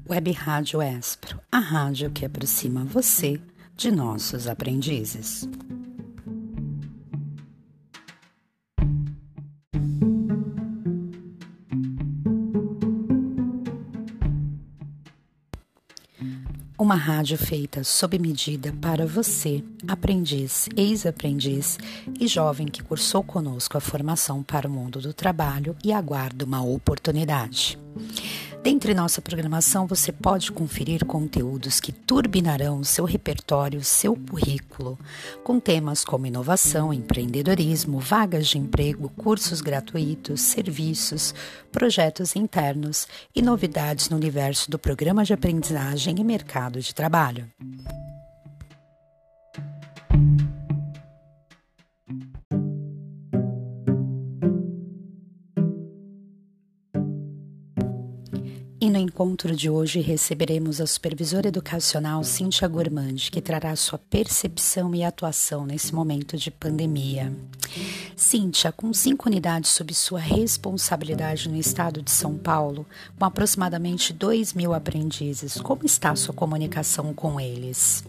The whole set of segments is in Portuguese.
Web Rádio Espro, a rádio que aproxima você de nossos aprendizes. Uma rádio feita sob medida para você, aprendiz, ex-aprendiz e jovem que cursou conosco a formação para o mundo do trabalho e aguarda uma oportunidade. Dentre nossa programação, você pode conferir conteúdos que turbinarão seu repertório, seu currículo, com temas como inovação, empreendedorismo, vagas de emprego, cursos gratuitos, serviços, projetos internos e novidades no universo do programa de aprendizagem e mercado de trabalho. E no encontro de hoje receberemos a supervisora educacional Cíntia Gormandi, que trará sua percepção e atuação nesse momento de pandemia. Cíntia, com 5 unidades sob sua responsabilidade no estado de São Paulo, com aproximadamente 2.000 aprendizes, como está a sua comunicação com eles?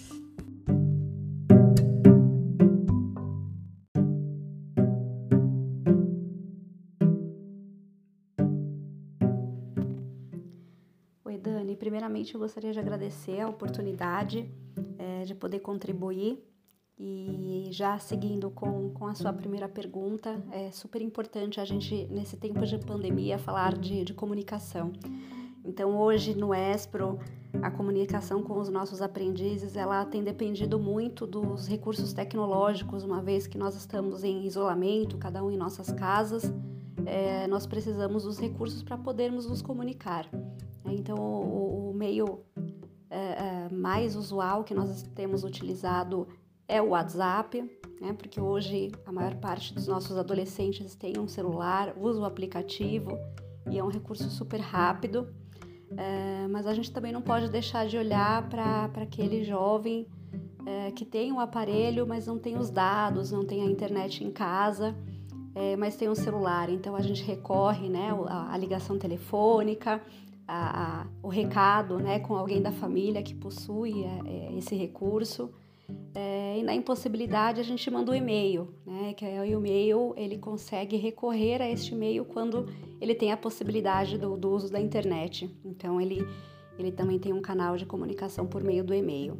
Oi, Dani. Primeiramente, eu gostaria de agradecer a oportunidade de poder contribuir e já seguindo com a sua primeira pergunta, é super importante a gente, nesse tempo de pandemia, falar de comunicação. Então, hoje no Espro, a comunicação com os nossos aprendizes, ela tem dependido muito dos recursos tecnológicos, uma vez que nós estamos em isolamento, cada um em nossas casas, nós precisamos dos recursos para podermos nos comunicar. Então, o meio mais usual que nós temos utilizado é o WhatsApp, né? Porque hoje a maior parte dos nossos adolescentes tem um celular, usa o aplicativo e é um recurso super rápido. Mas a gente também não pode deixar de olhar para aquele jovem que tem um aparelho, mas não tem os dados, não tem a internet em casa, mas tem um celular. Então, a gente recorre, né, à ligação telefônica, o recado, né, com alguém da família que possui esse recurso. E na impossibilidade a gente manda um e-mail, né, que o e-mail ele consegue recorrer a este e-mail quando ele tem a possibilidade do uso da internet. Então ele também tem um canal de comunicação por meio do e-mail.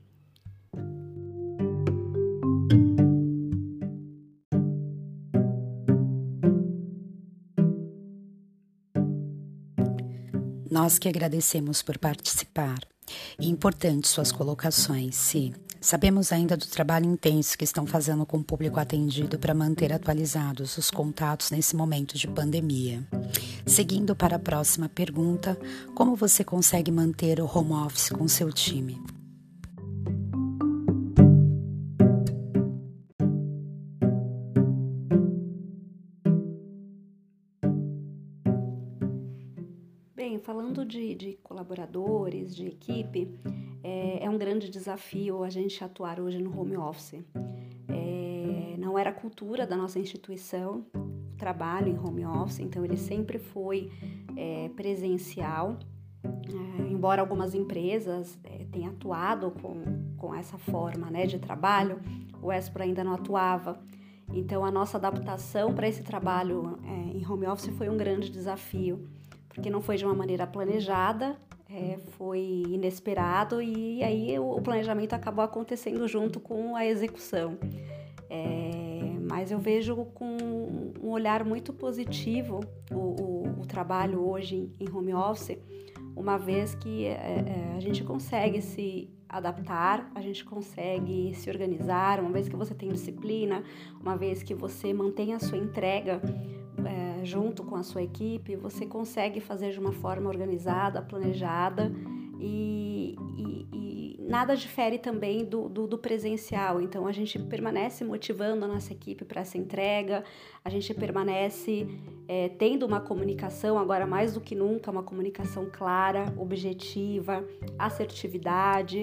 Nós que agradecemos por participar. E importante suas colocações, sim. Sabemos ainda do trabalho intenso que estão fazendo com o público atendido para manter atualizados os contatos nesse momento de pandemia. Seguindo para a próxima pergunta, como você consegue manter o home office com seu time? Bem, falando de colaboradores, de equipe, é um grande desafio a gente atuar hoje no home office. Não era a cultura da nossa instituição o trabalho em home office, então ele sempre foi presencial, embora algumas empresas tenham atuado com essa forma, né, de trabalho, o Espro ainda não atuava. Então a nossa adaptação para esse trabalho em home office foi um grande desafio, porque não foi de uma maneira planejada, foi inesperado e aí o planejamento acabou acontecendo junto com a execução. Mas eu vejo com um olhar muito positivo o trabalho hoje em home office, uma vez que a gente consegue se adaptar, a gente consegue se organizar, uma vez que você tem disciplina, uma vez que você mantém a sua entrega junto com a sua equipe, você consegue fazer de uma forma organizada, planejada e nada difere também do presencial. Então, a gente permanece motivando a nossa equipe para essa entrega, a gente permanece tendo uma comunicação, agora mais do que nunca, uma comunicação clara, objetiva, assertividade,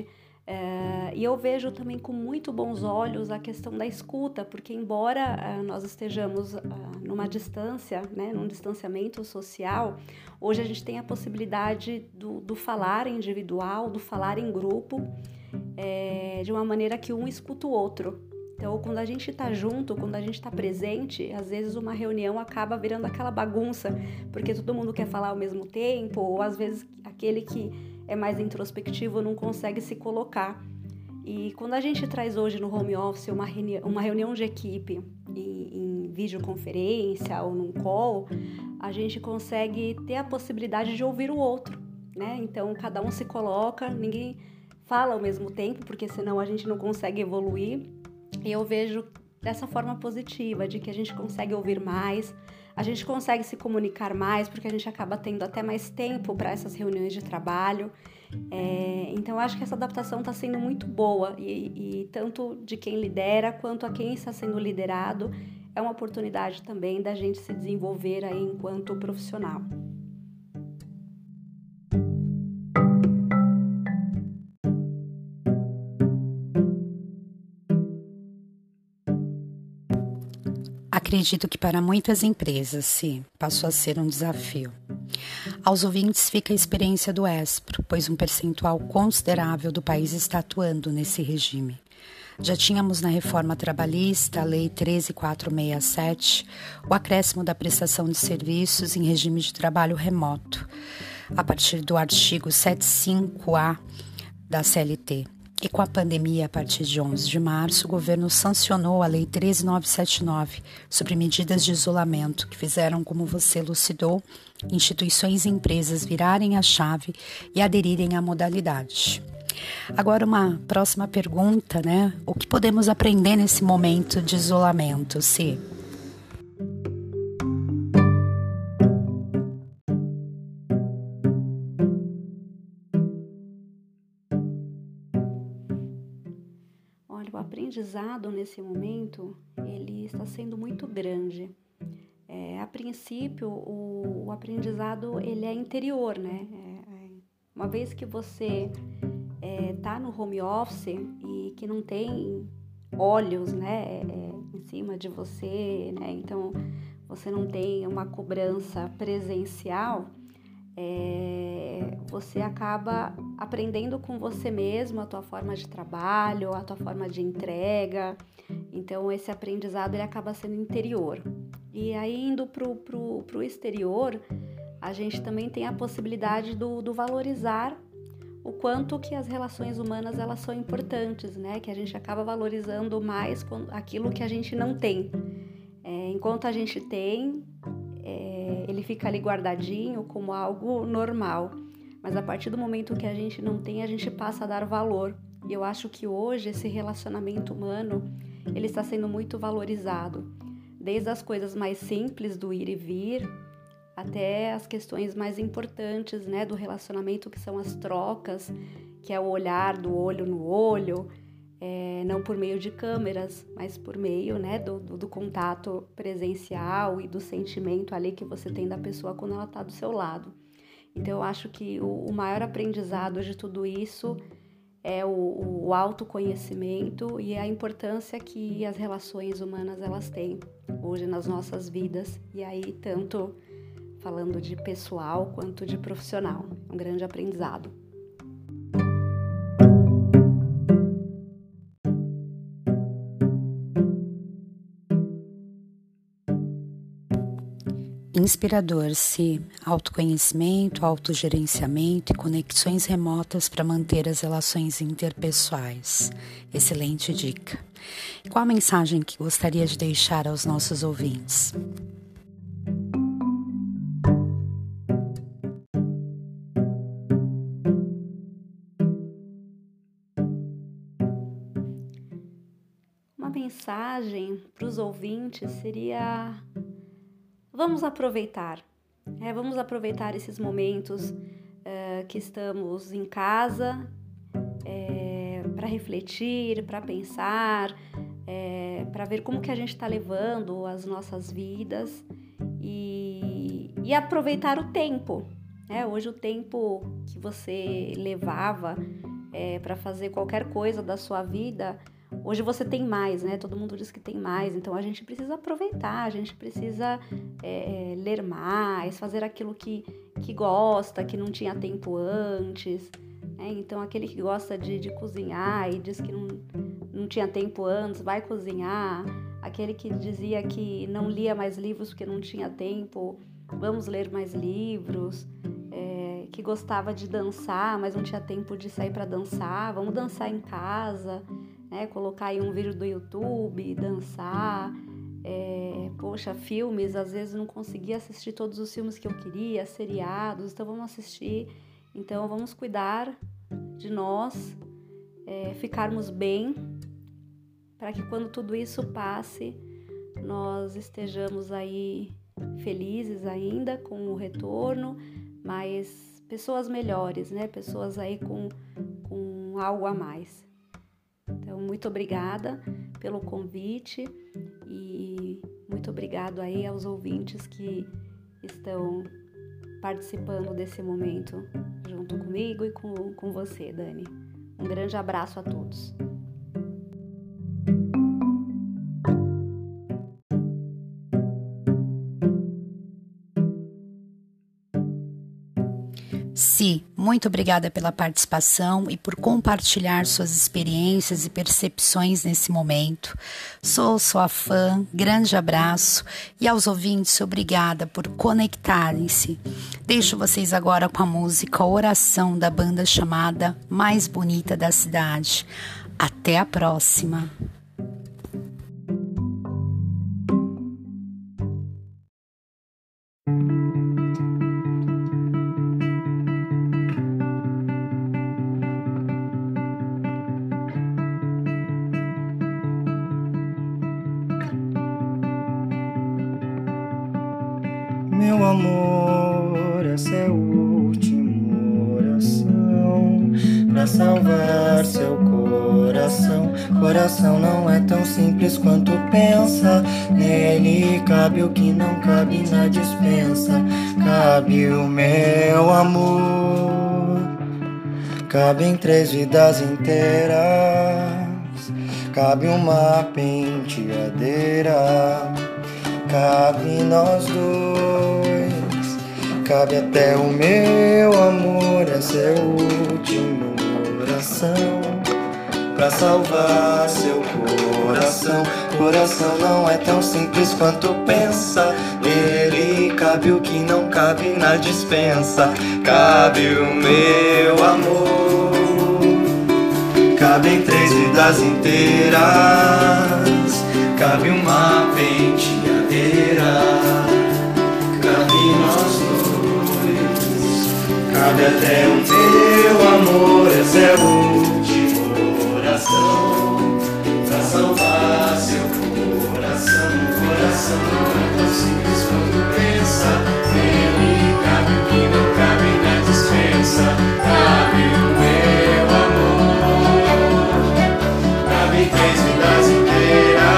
E eu vejo também com muito bons olhos a questão da escuta, porque embora nós estejamos numa distância, né, num distanciamento social, hoje a gente tem a possibilidade do falar individual, do falar em grupo, de uma maneira que um escuta o outro. Então, quando a gente está junto, quando a gente está presente, às vezes uma reunião acaba virando aquela bagunça, porque todo mundo quer falar ao mesmo tempo, ou às vezes aquele que é mais introspectivo não consegue se colocar. E quando a gente traz hoje no home office uma reunião de equipe em videoconferência ou num call, a gente consegue ter a possibilidade de ouvir o outro, né? Então, cada um se coloca, ninguém fala ao mesmo tempo, porque senão a gente não consegue evoluir. E eu vejo dessa forma positiva, de que a gente consegue ouvir mais, a gente consegue se comunicar mais, porque a gente acaba tendo até mais tempo para essas reuniões de trabalho. Então, eu acho que essa adaptação está sendo muito boa e tanto de quem lidera quanto a quem está sendo liderado, é uma oportunidade também da gente se desenvolver aí enquanto profissional. Acredito que para muitas empresas, sim, passou a ser um desafio. Aos ouvintes fica a experiência do ESPRO, pois um percentual considerável do país está atuando nesse regime. Já tínhamos na reforma trabalhista, a Lei 13.467, o acréscimo da prestação de serviços em regime de trabalho remoto, a partir do artigo 75A da CLT. E com a pandemia, a partir de 11 de março, o governo sancionou a Lei 13.979 sobre medidas de isolamento, que fizeram, como você elucidou, instituições e empresas virarem a chave e aderirem à modalidade. Agora, uma próxima pergunta, né? O que podemos aprender nesse momento de isolamento, Si? Olha, o aprendizado nesse momento, ele está sendo muito grande. A princípio, o aprendizado, ele é interior, né? Uma vez que você tá no home office e que não tem olhos, né, em cima de você, né? Então, você não tem uma cobrança presencial, você acaba aprendendo com você mesmo a tua forma de trabalho, a tua forma de entrega. Então, esse aprendizado ele acaba sendo interior. E aí, indo pro exterior, a gente também tem a possibilidade do valorizar o quanto que as relações humanas elas são importantes, né? Que a gente acaba valorizando mais aquilo que a gente não tem. Enquanto a gente tem, ele fica ali guardadinho como algo normal. Mas a partir do momento que a gente não tem, a gente passa a dar valor. E eu acho que hoje esse relacionamento humano, ele está sendo muito valorizado. Desde as coisas mais simples do ir e vir, até as questões mais importantes, né, do relacionamento, que são as trocas, que é o olhar do olho no olho, não por meio de câmeras, mas por meio, né, do contato presencial e do sentimento ali que você tem da pessoa quando ela está do seu lado. Então, eu acho que o maior aprendizado de tudo isso é o autoconhecimento e a importância que as relações humanas elas têm hoje nas nossas vidas, e aí tanto falando de pessoal quanto de profissional. Um grande aprendizado. Inspirador, Se autoconhecimento, autogerenciamento e conexões remotas para manter as relações interpessoais. Excelente dica. Qual a mensagem que gostaria de deixar aos nossos ouvintes? Uma mensagem para os ouvintes seria: vamos aproveitar. Vamos aproveitar esses momentos que estamos em casa para refletir, para pensar, para ver como que a gente está levando as nossas vidas e aproveitar o tempo. Hoje o tempo que você levava para fazer qualquer coisa da sua vida, hoje você tem mais, né? Todo mundo diz que tem mais, então a gente precisa aproveitar, a gente precisa ler mais, fazer aquilo que gosta, que não tinha tempo antes, né? Então aquele que gosta de cozinhar e diz que não tinha tempo antes, vai cozinhar. Aquele que dizia que não lia mais livros porque não tinha tempo, vamos ler mais livros. Que gostava de dançar, mas não tinha tempo de sair para dançar, vamos dançar em casa, né? Colocar aí um vídeo do YouTube, dançar. Poxa, filmes, às vezes não conseguia assistir todos os filmes que eu queria, seriados, então vamos assistir. Então vamos cuidar de nós, ficarmos bem, para que quando tudo isso passe, nós estejamos aí felizes ainda com o retorno, mas pessoas melhores, né? Pessoas aí com algo a mais. Então, muito obrigada pelo convite e muito obrigado aí aos ouvintes que estão participando desse momento junto comigo e com você, Dani. Um grande abraço a todos. Si, muito obrigada pela participação e por compartilhar suas experiências e percepções nesse momento. Sou sua fã, grande abraço, e aos ouvintes, obrigada por conectarem-se. Deixo vocês agora com a música Oração da banda chamada Mais Bonita da Cidade. Até a próxima! Meu amor, essa é a última oração pra salvar seu coração. Coração não é tão simples quanto pensa. Nele cabe o que não cabe na despensa. Cabe o meu amor, cabem 3 vidas inteiras. Cabe uma penteadeira, cabe nós dois, cabe até o meu amor. Essa é a última oração pra salvar seu coração. Coração não é tão simples quanto pensa. Nele cabe o que não cabe na despensa. Cabe o meu amor, cabem 3 vidas inteiras. Cabe uma penteadeira, cabe nós dois, cabe até o meu amor. Essa é a última oração pra salvar seu coração. Coração não é tão simples quanto pensa. Nele cabe o que não cabe na despensa. Cabe o meu amor, cabe 3 vidas inteiras.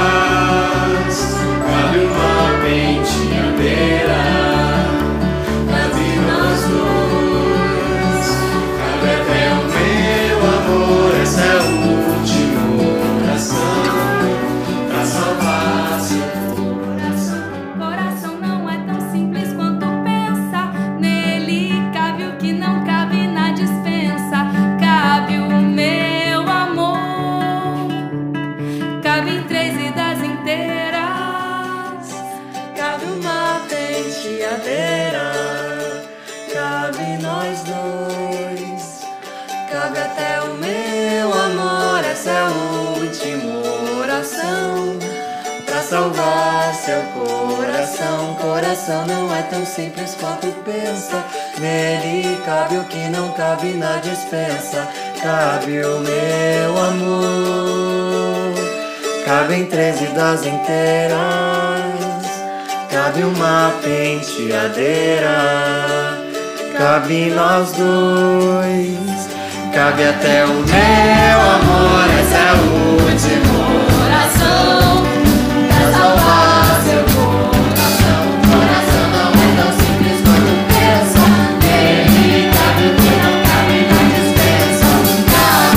Cabe uma penteadeira, cabe nós dois, cabe até o meu amor. Essa é a última oração pra salvar seu coração. Coração não é tão simples quanto pensa. Nele cabe o que não cabe na despensa. Cabe o meu amor, cabe em 3 vidas inteiras. Cabe uma penteadeira, Cabe nós dois, cabe até o meu amor. Essa é a última oração pra salvar seu coração. Coração não é tão simples quanto pensa. Nele cabe o que não cabe na despensa. Cabe o meu amor, cabem 3 vidas inteiras. Cabe uma penteadeira, cabe nós dois, cabe até o meu amor. Essa é a última oração pra salvar seu coração. Coração não é tão simples quanto pensa. Nele cabe o que não cabe na despensa.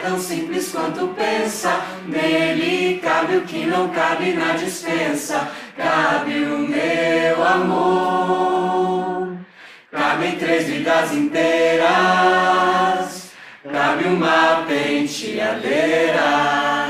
tão simples quanto pensa. Nele cabe o que não cabe na despensa. Cabe o meu amor. Cabe em 3 vidas inteiras. Cabe uma penteadeira.